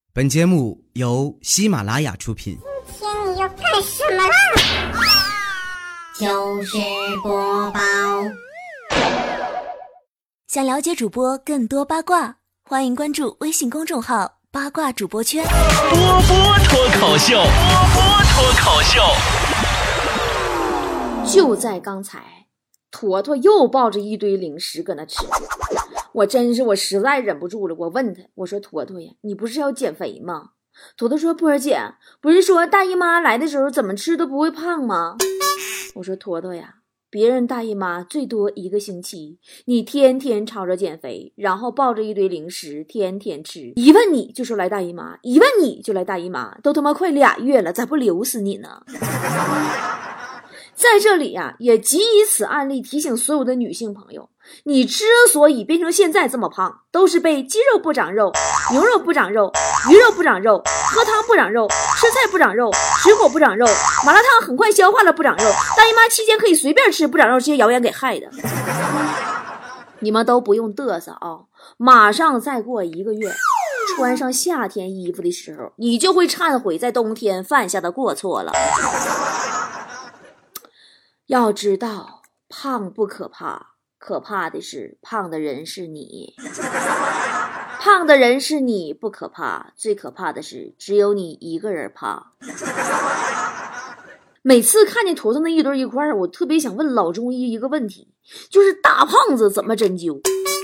本节目由喜马拉雅出品。 今天你要干什么啦？ 糗事播报。 想了解主播更多八卦，欢迎关注微信公众号八卦主播圈。 波波脱口秀，波波脱口秀。 就在刚才，坨坨又抱着一堆零食搁那吃，我实在忍不住了，我问他，我说坨坨呀，你不是要减肥吗？坨坨说，波儿姐，不是说大姨妈来的时候怎么吃都不会胖吗？我说坨坨呀，别人大姨妈最多1个星期，你天天吵着减肥，然后抱着一堆零食天天吃，一问你就说来大姨妈，一问你就来大姨妈，都他妈快2月了，咋不留死你呢？在这里呀，也急以此案例提醒所有的女性朋友，你之所以变成现在这么胖，都是被鸡肉不长肉，牛肉不长肉，鱼肉不长肉，喝汤不长肉，吃菜不长肉，水果不长肉，麻辣烫很快消化了不长肉，大姨妈期间可以随便吃不长肉，这些谣言给害的。你们都不用嘚瑟啊！马上再过1个月，穿上夏天衣服的时候，你就会忏悔在冬天犯下的过错了。要知道，胖不可怕，可怕的是胖的人是你。胖的人是你不可怕，最可怕的是只有你一个人胖。每次看见坨坨那一堆一块，我特别想问老中医一个问题，就是大胖子怎么针灸？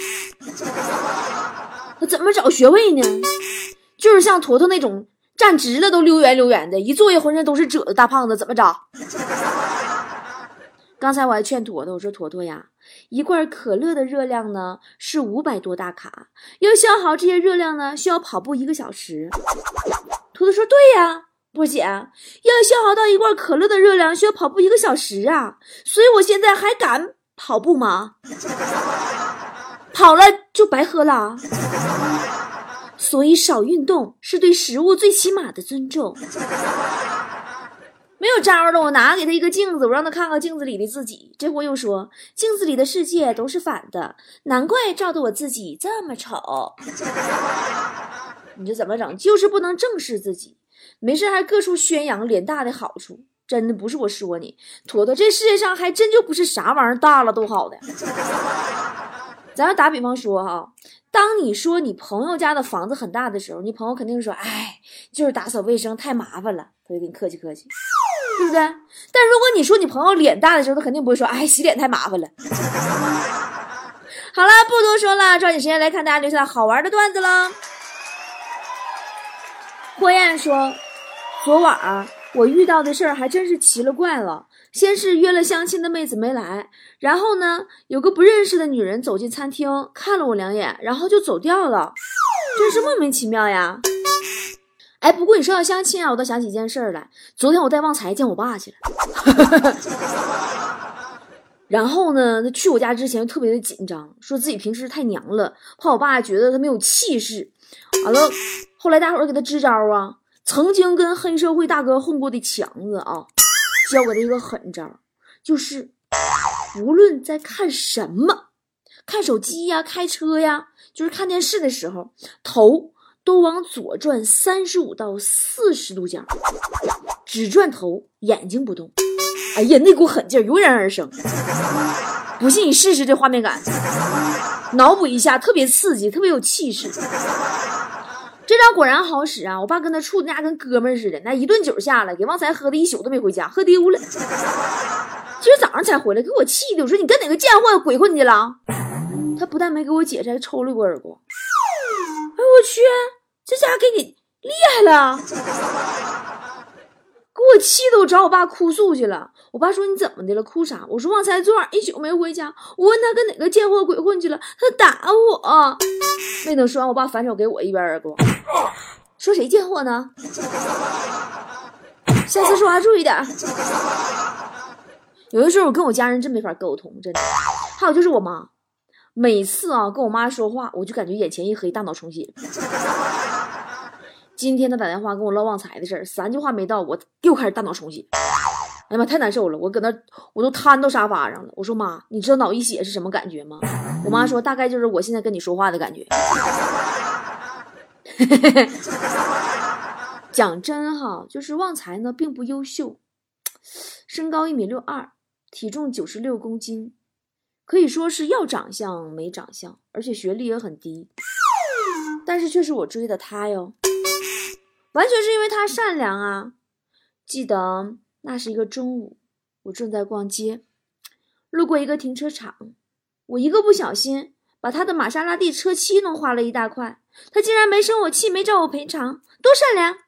他怎么找穴位呢？就是像坨坨那种站直了都溜圆溜圆的，一坐下浑身都是褶的大胖子怎么找？刚才我还劝坨坨，我说坨坨呀，一罐可乐的热量呢是500多大卡，要消耗这些热量呢需要跑步1个小时。坨坨说对呀，波姐，要消耗到一罐可乐的热量需要跑步1个小时啊，所以我现在还敢跑步吗？跑了就白喝了。所以少运动是对食物最起码的尊重。没有招了，我拿给他一个镜子，我让他看看镜子里的自己。这货又说镜子里的世界都是反的，难怪照得我自己这么丑。你这怎么整？就是不能正视自己，没事还各处宣扬脸大的好处。真的不是我说你，坨坨，这世界上还真就不是啥玩意儿大了都好的。咱要打比方说哈，当你说你朋友家的房子很大的时候，你朋友肯定说，哎，就是打扫卫生太麻烦了，他就给你客气客气，对不对？但如果你说你朋友脸大的时候，他肯定不会说，哎，洗脸太麻烦了。好了，不多说了，抓紧时间来看大家留下好玩的段子了。霍燕说，昨晚我遇到的事儿还真是奇了怪了。先是约了相亲的妹子没来，然后呢，有个不认识的女人走进餐厅，看了我2眼，然后就走掉了，真是莫名其妙呀。哎，不过你说到相亲啊，我倒想起一件事来。昨天我带旺财见我爸去了，然后呢，他去我家之前特别的紧张，说自己平时太娘了，怕我爸觉得他没有气势。完了，后来大伙儿给他支招啊，曾经跟黑社会大哥混过的强子啊，教给他一个狠招，就是无论在看什么，看手机呀，开车呀，就是看电视的时候，头都往左转35到40度角，只转头，眼睛不动。哎呀，那股狠劲油然而生，不信你试试这画面感，脑补一下，特别刺激，特别有气势。这招果然好使啊！我爸跟他处的那跟哥们儿似的，那一顿酒下来，给旺财喝的一宿都没回家，喝丢了。今儿早上才回来，给我气的，我说你跟哪个贱货鬼混去了？他不但没给我解释，还抽了我耳光。哎我去，这家给你厉害了，给我气的我找我爸哭诉去了。我爸说你怎么的了，哭啥？我说旺财昨晚一宿没回家，我问他跟哪个贱货鬼混去了，他打我。没等说完，我爸反手给我一边耳光，说谁贱货呢？下次说话注意点。有的时候我跟我家人真没法沟通，真的。还有就是我妈，每次啊跟我妈说话，我就感觉眼前一黑，大脑充血。今天他打电话跟我唠旺财的事儿，3句话没到，我又开始大脑充血。哎呀妈，太难受了，我搁那我都瘫到沙发上了。我说妈，你知道脑溢血是什么感觉吗？我妈说大概就是我现在跟你说话的感觉。 讲真哈，就是旺财呢并不优秀，身高1.62米，体重96公斤，可以说是要长相没长相，而且学历也很低，但是却是我追的他哟，完全是因为他善良啊。记得那是一个中午，我正在逛街，路过一个停车场，我一个不小心把他的玛莎拉蒂车漆弄花了一大块，他竟然没生我气，没找我赔偿，多善良。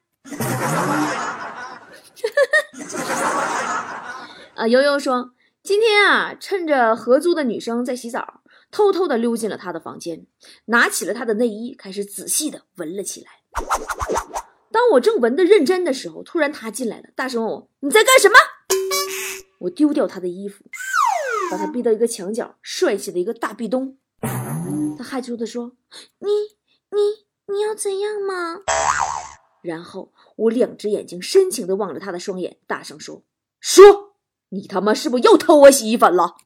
悠悠说，今天啊，趁着合租的女生在洗澡，偷偷的溜进了她的房间，拿起了她的内衣，开始仔细的闻了起来。当我正闻得认真的时候，突然他进来了，大声问我，你在干什么？我丢掉他的衣服，把他逼到一个墙角，帅气的一个大壁咚。他害羞的说，你要怎样吗？然后我2只眼睛深情的望着他的双眼，大声说，你他妈是不是又偷我洗衣粉了？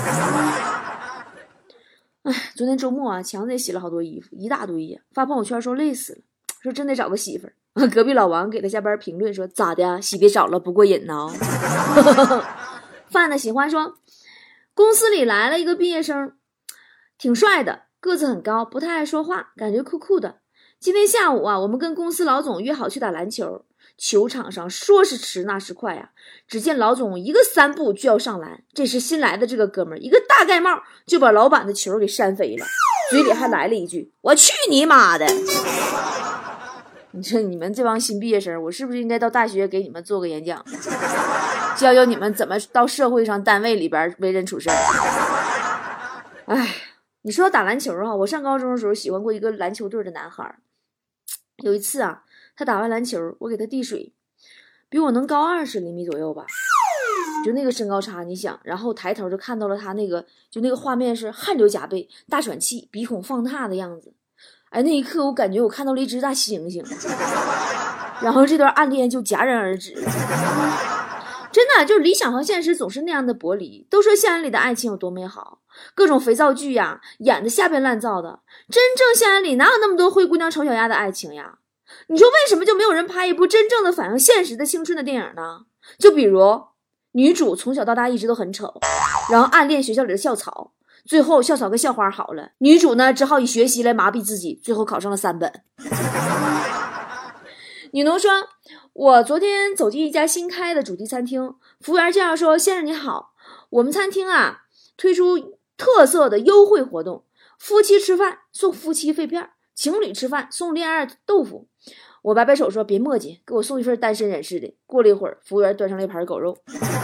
昨天周末啊，强子也洗了好多衣服，一大堆呀，发朋友圈说累死了，说真得找个媳妇儿。隔壁老王给他下班评论说，咋的，洗别少了不过瘾呢？范的喜欢说，公司里来了一个毕业生，挺帅的，个子很高，不太爱说话，感觉酷酷的。今天下午啊，我们跟公司老总约好去打篮球，球场上说是迟那是快啊，只见老总一个3步就要上篮，这时新来的这个哥们儿一个大盖帽就把老板的球给扇飞了，嘴里还来了一句，我去你妈的。你说你们这帮新毕业生，我是不是应该到大学给你们做个演讲，教教你们怎么到社会上单位里边为人处事？你说到打篮球啊，我上高中的时候喜欢过一个篮球队的男孩。有一次啊，他打完篮球，我给他递水，比我能高20厘米左右吧，就那个身高差，你想，然后抬头就看到了他那个画面是汗流浃背，大喘气，鼻孔放大的样子。那一刻我感觉我看到了一只大猩猩，然后这段暗恋就戛然而止。真的，就是理想和现实总是那样的剥离。都说校园里的爱情有多美好，各种肥皂剧呀演的下边烂造的，真正校园里哪有那么多灰姑娘丑小鸭的爱情呀？你说为什么就没有人拍一部真正的反映现实的青春的电影呢？就比如女主从小到大一直都很丑，然后暗恋学校里的校草，最后校草跟校花好了，女主呢只好以学习来麻痹自己，最后考上了3本。女奴说，我昨天走进一家新开的主题餐厅，服务员介绍说，先生你好，我们餐厅啊推出特色的优惠活动，夫妻吃饭送夫妻肺片，情侣吃饭送恋爱豆腐。我摆摆手说，别磨叽，给我送一份单身人士的。过了一会儿，服务员端上了一盘狗肉。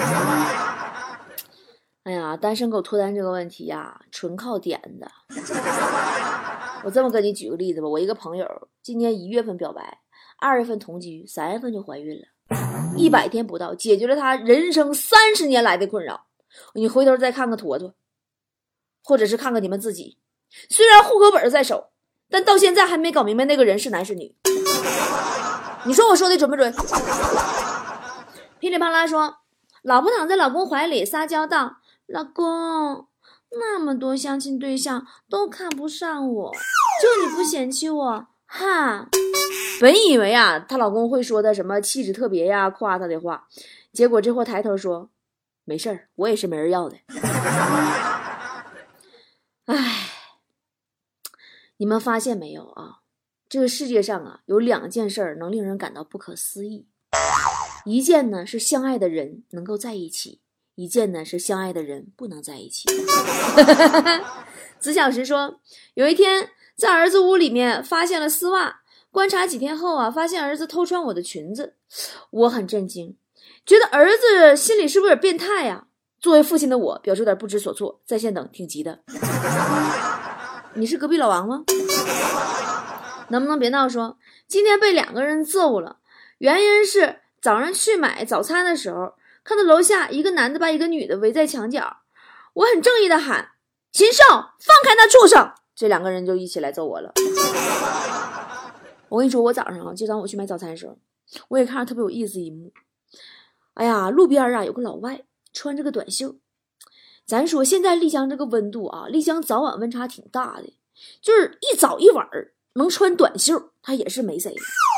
哎呀，单身狗脱单这个问题呀，纯靠点的。我这么跟你举个例子吧，我一个朋友今年1月份表白，2月份同居，3月份就怀孕了，100天不到解决了他人生30年来的困扰。你回头再看看坨坨，或者是看看你们自己，虽然户口本在手，但到现在还没搞明白那个人是男是女。你说我说的准不准？噼里啪啦说，老婆躺在老公怀里撒娇道，老公，那么多相亲对象都看不上我，就你不嫌弃我哈。本以为啊她老公会说的什么气质特别呀夸她的话，结果这货抬头说，没事儿，我也是没人要的。你们发现没有啊，这个世界上啊有2件事儿能令人感到不可思议，一件呢是相爱的人能够在一起，一件呢是相爱的人不能在一起。子小石说，有一天在儿子屋里面发现了丝袜，观察几天后啊，发现儿子偷穿我的裙子，我很震惊，觉得儿子心里是不是有点变态呀？作为父亲的我表示有点不知所措，在线等，挺急的。你是隔壁老王吗？能不能别闹说，今天被2个人揍了，原因是早上去买早餐的时候，看到楼下一个男的把一个女的围在墙角，我很正义的喊，禽兽，放开那畜生，这2个人就一起来揍我了。我跟你说，我早上就当我去买早餐的时候，我也看着特别有意思一幕。哎呀，路边啊有个老外穿着个短袖，咱说现在丽江这个温度啊，丽江早晚温差挺大的，就是一早一晚能穿短袖他也是没谁了。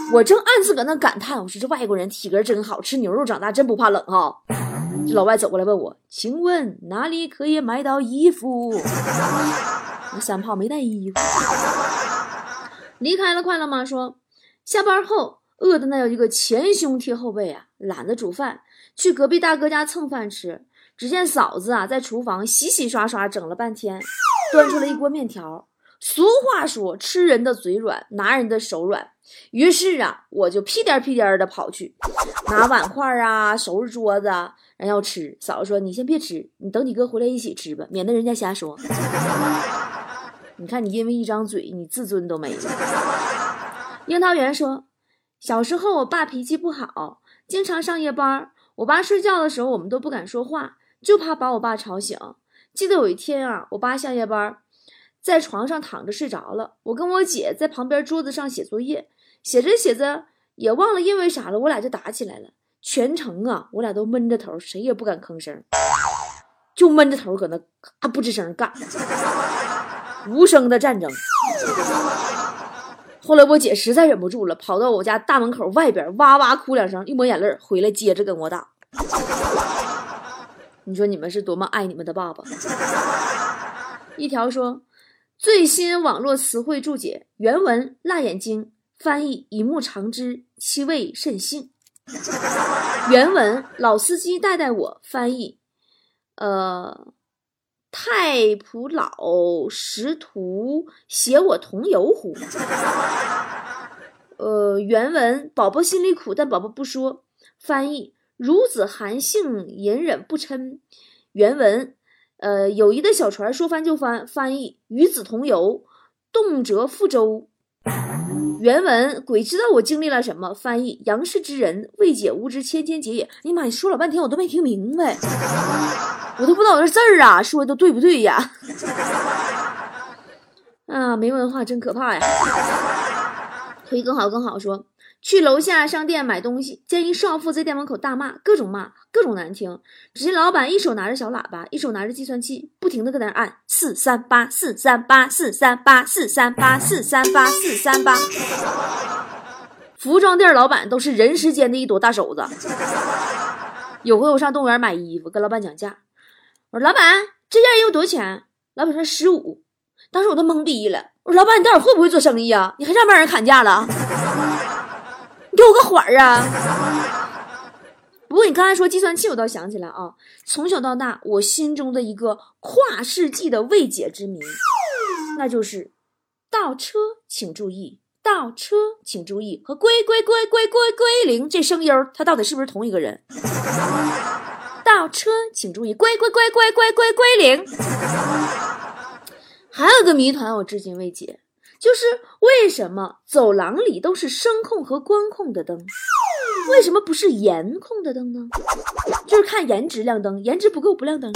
我正暗自搁那感叹，我说这外国人体格真好，吃牛肉长大真不怕冷哈。这老外走过来问我，请问哪里可以买到衣服？那三炮没带衣服。离开了快乐妈说，下班后饿的那有一个前胸贴后背啊，懒得煮饭，去隔壁大哥家蹭饭吃。只见嫂子啊在厨房洗洗刷刷整了半天，端出了一锅面条。俗话说，吃人的嘴软，拿人的手软。于是啊，我就屁颠屁颠的跑去，拿碗筷啊，收拾桌子啊，人要吃。嫂子说：“你先别吃，你等你哥回来一起吃吧，免得人家瞎说。”你看，你因为一张嘴，你自尊都没了。樱桃园说，小时候我爸脾气不好，经常上夜班，我爸睡觉的时候我们都不敢说话，就怕把我爸吵醒。记得有一天啊，我爸下夜班，在床上躺着睡着了，我跟我姐在旁边桌子上写作业，写着写着也忘了因为啥了，我俩就打起来了。全程啊，我俩都闷着头，谁也不敢吭声，就闷着头搁那不吱声干，无声的战争。后来我姐实在忍不住了，跑到我家大门口外边哇哇哭两声，一抹眼泪，回来接着跟我打。你说你们是多么爱你们的爸爸。一条说，最新网络词汇注解，原文辣眼睛，翻译一目长之，其味甚性。原文老司机带带我，翻译太仆老识途，携我同游乎。原文宝宝心里苦，但宝宝不说，翻译孺子含性，隐忍不嗔。原文友谊的小船说翻就翻，翻译与子同游，动辄覆舟。原文鬼知道我经历了什么，翻译杨氏之人，未解无知，千千结也。哎呀妈呀，说了半天我都没听明白，我都不知道我这字儿啊说的都对不对呀。啊，没文化真可怕呀。可以更好说，去楼下商店买东西，见一少妇在店门口大骂，各种难听。只见老板一手拿着小喇叭，一手拿着计算器，不停的搁那按438 438 438 438 438 438。服装店老板都是人世间的一朵大手子。有回我上动物园买衣服，跟老板讲价，我说老板这件衣服多少钱？老板说15。当时我都懵逼了，我说老板你到底会不会做生意啊？你还让别人砍价了？你给我个缓儿啊！不过你刚才说计算器，我倒想起来啊，从小到大我心中的一个跨世纪的未解之谜，那就是倒车请注意，倒车请注意和归零这声优它到底是不是同一个人？倒车请注意，归零。还有个谜团我至今未解，就是为什么走廊里都是声控和光控的灯，为什么不是颜控的灯呢？就是看颜值亮灯，颜值不够不亮灯。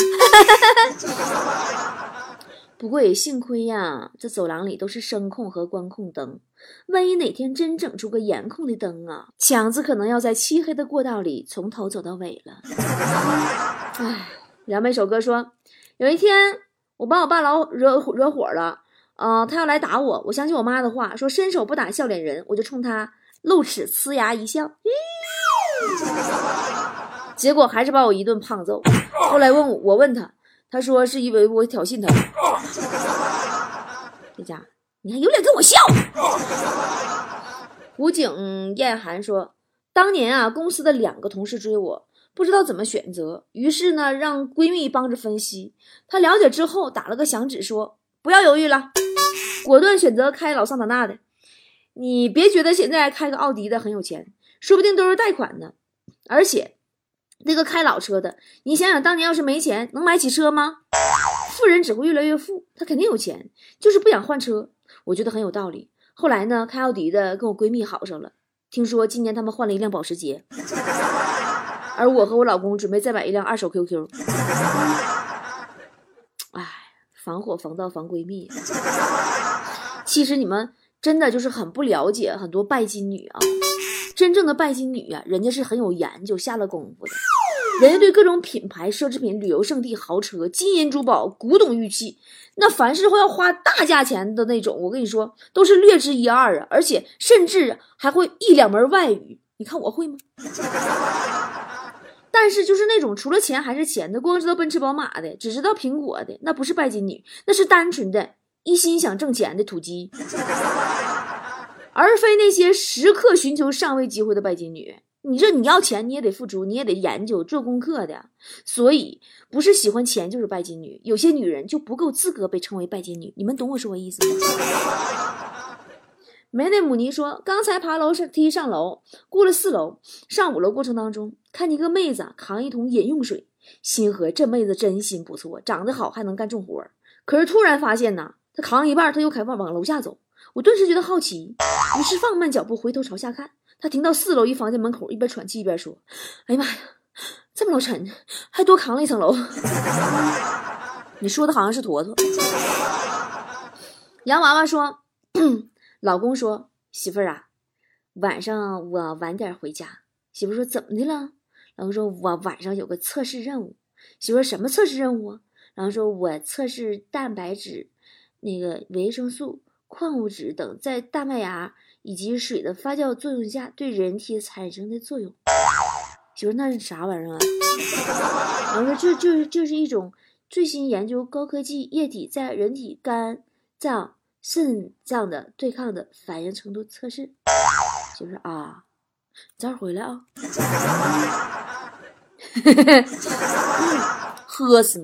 不过也幸亏呀，这走廊里都是声控和光控灯，万一哪天真整出个颜控的灯啊，强子可能要在漆黑的过道里从头走到尾了。唉，梁梅首歌说，有一天我把我爸老惹火了，他要来打我，我相信我妈的话，说伸手不打笑脸人，我就冲他露齿呲牙一笑，结果还是把我一顿胖揍。后来我问他，他说是因为我挑衅他。这家你还有脸跟我笑？湖景艳涵说，当年啊，公司的2个同事追我，不知道怎么选择，于是呢让闺蜜帮着分析，她了解之后打了个响指说，不要犹豫了，果断选择开老桑塔纳的。你别觉得现在开个奥迪的很有钱，说不定都是贷款的。而且那个开老车的，你想想当年要是没钱能买起车吗？富人只会越来越富，他肯定有钱，就是不想换车。我觉得很有道理。后来呢，开奥迪的跟我闺蜜好上了，听说今年他们换了一辆保时捷，而我和我老公准备再买一辆2手 QQ。 哎，防火防盗防闺蜜。其实你们真的就是很不了解很多拜金女啊，真正的拜金女啊，人家是很有研究下了功夫的。 人家对各种品牌、奢侈品、旅游胜地、豪车、金银珠宝、古董玉器，那凡是要花大价钱的那种，我跟你说都是略知一二啊，而且甚至还会1、2门外语。你看我会吗？但是就是那种除了钱还是钱的，光知道奔驰宝马的，只知道苹果的，那不是拜金女，那是单纯的一心想挣钱的土鸡，而非那些时刻寻求上位机会的拜金女。你这你要钱你也得付出，你也得研究做功课的，所以不是喜欢钱就是拜金女，有些女人就不够资格被称为拜金女，你们懂我说的意思吗？梅内姆尼说，刚才爬楼梯上楼，过了4楼，上5楼过程当中，看见一个妹子扛一桶饮用水，心合这妹子真心不错，长得好还能干重活。可是突然发现呐，她扛一半，她又开始往楼下走，我顿时觉得好奇，于是放慢脚步回头朝下看。他停到4楼一房间门口，一边喘气一边说：“哎呀妈呀，这么老沉，还多扛了1层楼。”你说的好像是坨坨。洋娃娃说：“老公说，媳妇儿啊，晚上我晚点回家。”媳妇儿说：“怎么的了？”老公说：“我晚上有个测试任务。”媳妇儿说：“什么测试任务啊？”然后说：“我测试蛋白质、那个维生素、矿物质等在大麦芽以及水的发酵作用下对人体产生的作用。”媳妇那是啥玩意儿啊？然后说这是一种最新研究高科技液体在人体肝脏、肾脏的对抗的反应程度测试。媳妇啊，早点回来啊！喝死你！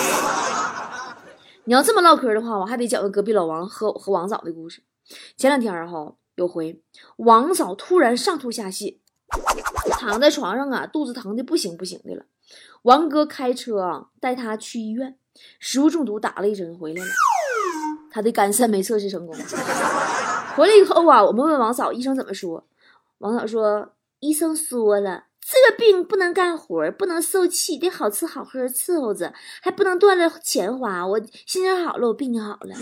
你要这么唠嗑的话，我还得讲个隔壁老王和王嫂的故事。前2天有回王嫂突然上吐下泻，躺在床上啊，肚子疼的不行的了。王哥开车带她去医院，食物中毒打了1针回来了，她的肝肾没测试成功。回来以后啊，我们问王嫂医生怎么说，王嫂说医生说了，这个病不能干活，不能受气，得好吃好喝伺候着，还不能断了钱花。我心情好了，我病就好了。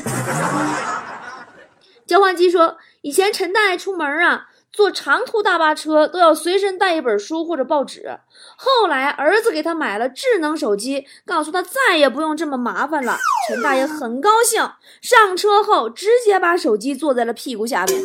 交换机说，以前陈大爷出门啊，坐长途大巴车都要随身带一本书或者报纸。后来儿子给他买了智能手机，告诉他再也不用这么麻烦了。陈大爷很高兴，上车后直接把手机坐在了屁股下面。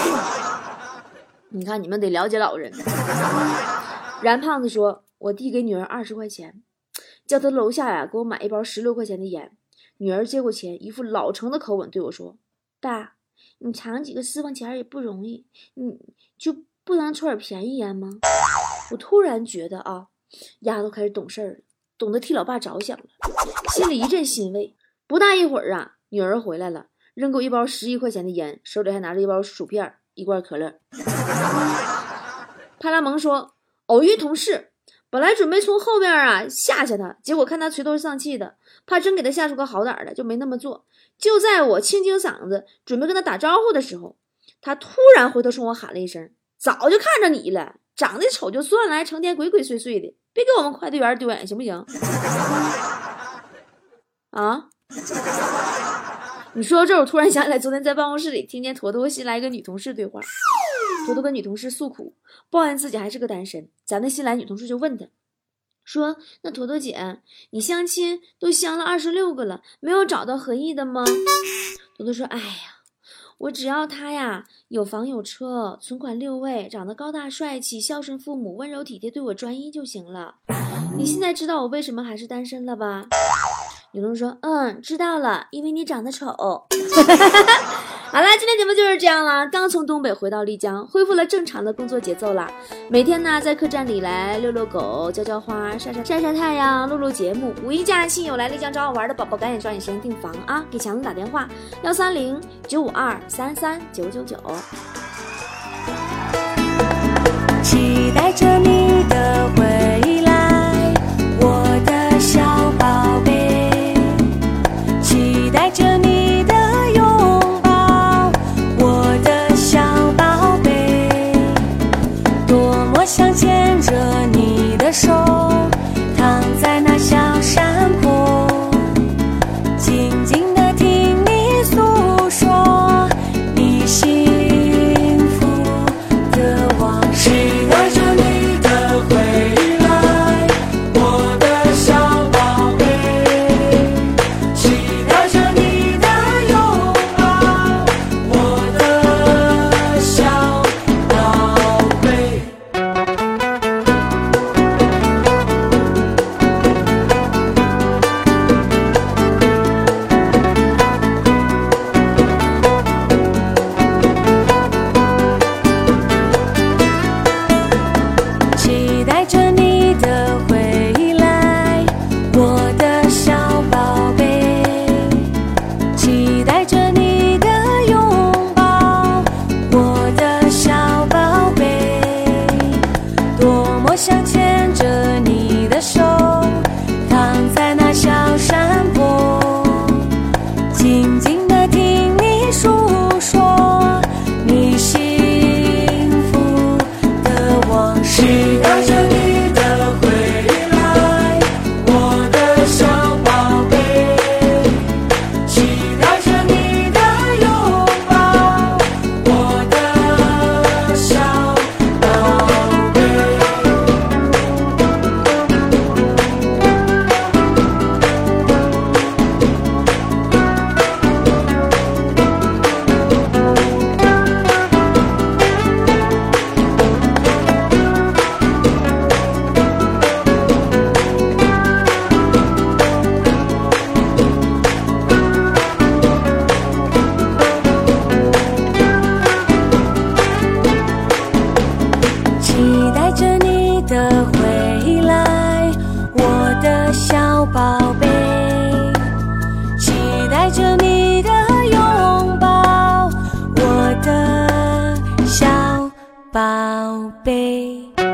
你看你们得了解老人。然胖子说，我弟给女儿20块钱，叫他楼下呀给我买一包16块钱的烟。女儿接过钱，一副老成的口吻对我说，爸，你藏几个私房钱也不容易，你就不能抽点便宜烟吗？我突然觉得啊，丫头开始懂事了，懂得替老爸着想了，心里一阵欣慰。不大一会儿啊，女儿回来了，扔给我一包11块钱的烟，手里还拿着一包薯片、一罐可乐。派拉蒙说，偶遇同事，本来准备从后边啊吓他，结果看他垂头丧气的，怕真给他吓出个好歹的，就没那么做。就在我清嗓子准备跟他打招呼的时候，他突然回头冲我喊了一声，早就看着你了，长得丑就算了，还成天鬼鬼祟祟的，别给我们快递员丢脸行不行？啊，你说到这我突然想起来，昨天在办公室里听见坨坨新来一个女同事对话，坨坨跟女同事诉苦，抱怨自己还是个单身。咱那新来女同事就问他说，那坨坨姐，你相亲都相了26个了，没有找到合意的吗？坨坨说，哎呀，我只要他呀有房有车，存款6位，长得高大帅气，孝顺父母，温柔体贴，对我专一就行了。你现在知道我为什么还是单身了吧？女同事说，知道了，因为你长得丑。好啦，今天节目就是这样啦，刚从东北回到丽江，恢复了正常的工作节奏啦。每天呢在客栈里来遛遛狗，浇浇花，晒太阳，录节目。五一假期有来丽江找我玩的宝宝，赶紧抓紧时间订房啊！给强子打电话130-952-33999。 期待着你的回来，我的小宝贝，期待着你的拥抱，我的小宝贝，多么想牵着你的手，躺在那小山坡，静静地听你诉说你幸福的往事。期待着你的回来，我贝。